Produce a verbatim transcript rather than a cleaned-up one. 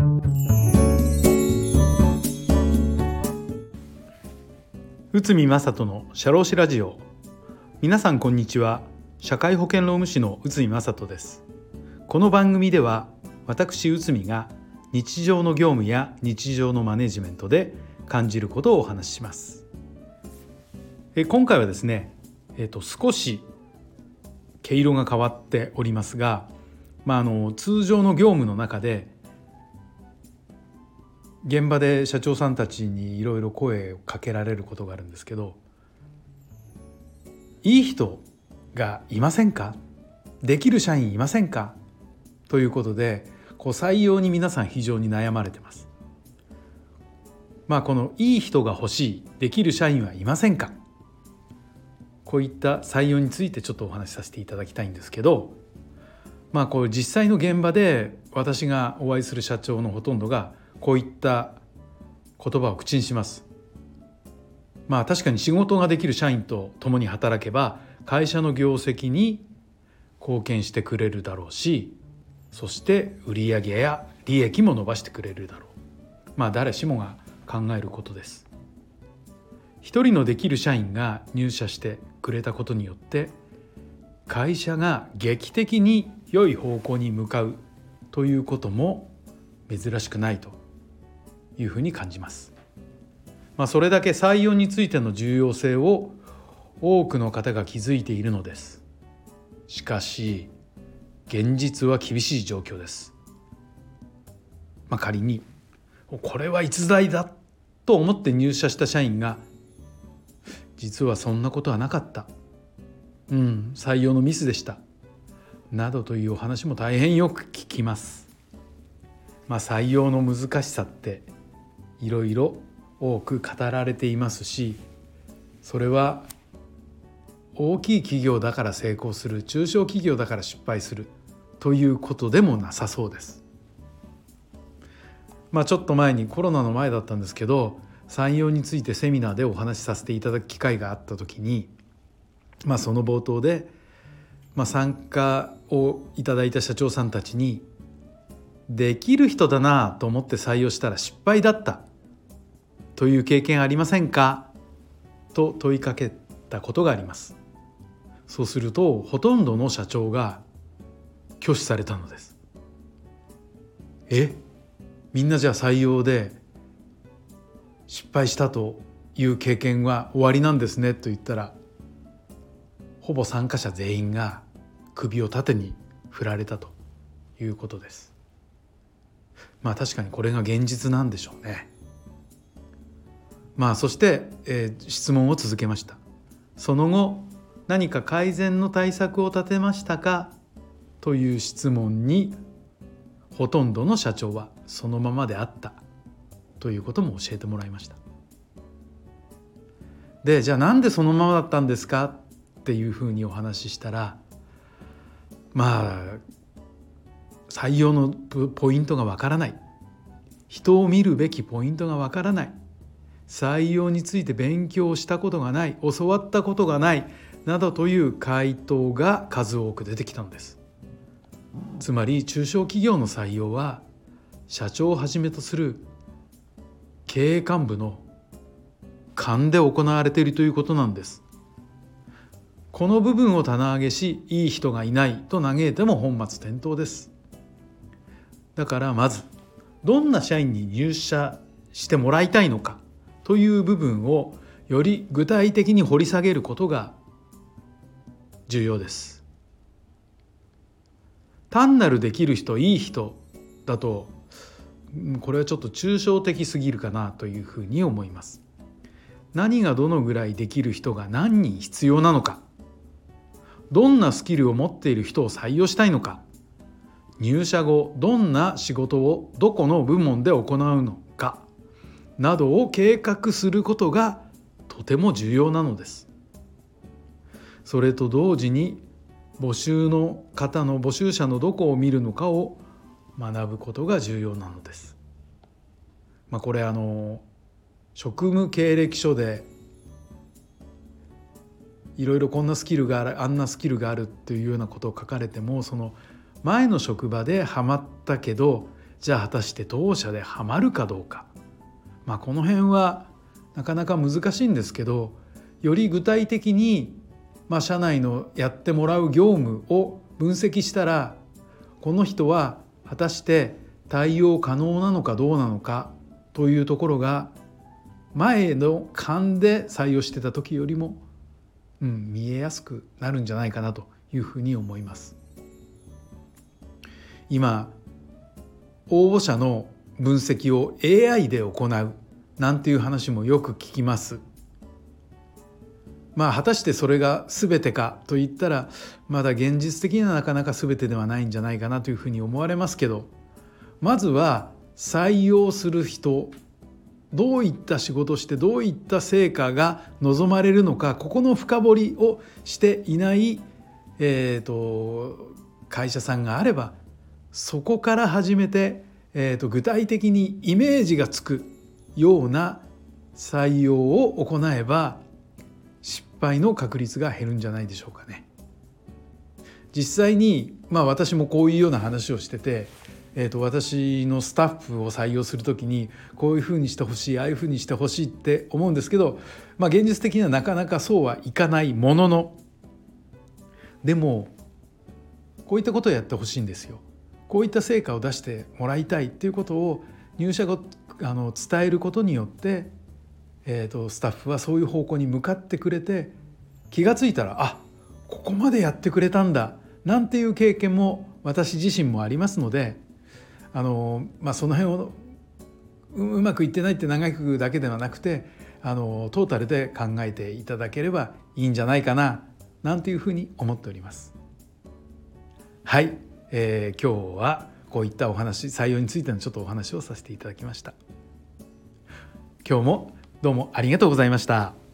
内海正人の社労士ラジオ。皆さんこんにちは。社会保険労務士の内海正人です。この番組では私内海が日常の業務や日常のマネジメントで感じることをお話しします。え今回はですね、えーと、少し毛色が変わっておりますが、まあ、あの通常の業務の中で現場で社長さんたちにいろいろ声をかけられることがあるんですけど、いい人がいませんか？できる社員いませんか？ということで、こう採用に皆さん非常に悩まれてます。まあこのいい人が欲しい、できる社員はいませんか？こういった採用についてちょっとお話しさせていただきたいんですけど、まあこう実際の現場で私がお会いする社長のほとんどがこういった言葉を口にします。まあ確かに仕事ができる社員と共に働けば会社の業績に貢献してくれるだろうし、そして売上や利益も伸ばしてくれるだろう。まあ誰しもが考えることです。一人のできる社員が入社してくれたことによって会社が劇的に良い方向に向かうということも珍しくないというふうに感じます。まあ、それだけ採用についての重要性を多くの方が気づいているのです。しかし現実は厳しい状況です。まあ、仮にこれは逸材だと思って入社した社員が実はそんなことはなかった、うん採用のミスでしたなどというお話も大変よく聞きます。まあ、採用の難しさっていろいろ多く語られていますし、それは大きい企業だから成功する、中小企業だから失敗するということでもなさそうです。まあ、ちょっと前にコロナの前だったんですけど、採用についてセミナーでお話しさせていただく機会があった時に、まあ、その冒頭で、まあ、参加をいただいた社長さんたちに、できる人だなと思って採用したら失敗だったという経験ありませんかと問いかけたことがあります。そうするとほとんどの社長が拒否されたのです。え、みんなじゃあ採用で失敗したという経験は終わりなんですねと言ったら、ほぼ参加者全員が首を縦に振られたということです。まあ確かにこれが現実なんでしょうね。まあそして、えー、質問を続けました。その後何か改善の対策を立てましたかという質問に、ほとんどの社長はそのままであったということも教えてもらいました。で、じゃあなんでそのままだったんですかっていうふうにお話ししたら、まあ採用のポイントがわからない、人を見るべきポイントがわからない、採用について勉強したことがない、教わったことがないなどという回答が数多く出てきたのです。つまり中小企業の採用は社長をはじめとする経営幹部の勘で行われているということなんです。この部分を棚上げし、いい人がいないと嘆いても本末転倒です。だからまずどんな社員に入社してもらいたいのかという部分をより具体的に掘り下げることが重要です。単なるできる人、いい人だとこれはちょっと抽象的すぎるかなというふうに思います。何がどのぐらいできる人が何人必要なのか、どんなスキルを持っている人を採用したいのか、入社後どんな仕事をどこの部門で行うのかなどを計画することがとても重要なのです。それと同時に募集の方の募集者のどこを見るのかを学ぶことが重要なのです。まあ、これあの職務経歴書でいろいろこんなスキルがある、あんなスキルがあるっていうようなことを書かれても、その前の職場でハマったけどじゃあ果たして当社でハマるかどうか、まあ、この辺はなかなか難しいんですけど、より具体的に、まあ、社内のやってもらう業務を分析したら、この人は果たして対応可能なのかどうなのかというところが前の間で採用してた時よりも、うん、見えやすくなるんじゃないかなというふうに思います。今応募者の分析を エーアイ で行うなんていう話もよく聞きます。まあ果たしてそれが全てかといったら、まだ現実的にはなかなか全てではないんじゃないかなというふうに思われますけど、まずは採用する人、どういった仕事をしてどういった成果が望まれるのか、ここの深掘りをしていない、えーと、会社さんがあれば、そこから始めて、えーと、具体的にイメージがつくような採用を行えば失敗の確率が減るんじゃないでしょうかね。実際に、まあ、私もこういうような話をしてて、えーと、私のスタッフを採用するときにこういうふうにしてほしい、ああいうふうにしてほしいって思うんですけど、まあ、現実的にはなかなかそうはいかないものの、でもこういったことをやってほしいんですよ。こういった成果を出してもらいたいっていうことを入社後あの伝えることによって、えーと、スタッフはそういう方向に向かってくれて、気がついたら、あ、ここまでやってくれたんだなんていう経験も私自身もありますので、あの、まあ、その辺を う, うまくいってないって長くだけではなくて、あのトータルで考えていただければいいんじゃないかななんていうふうに思っております。はい、えー、今日はこういったお話、採用についてのちょっとお話をさせていただきました。今日もどうもありがとうございました。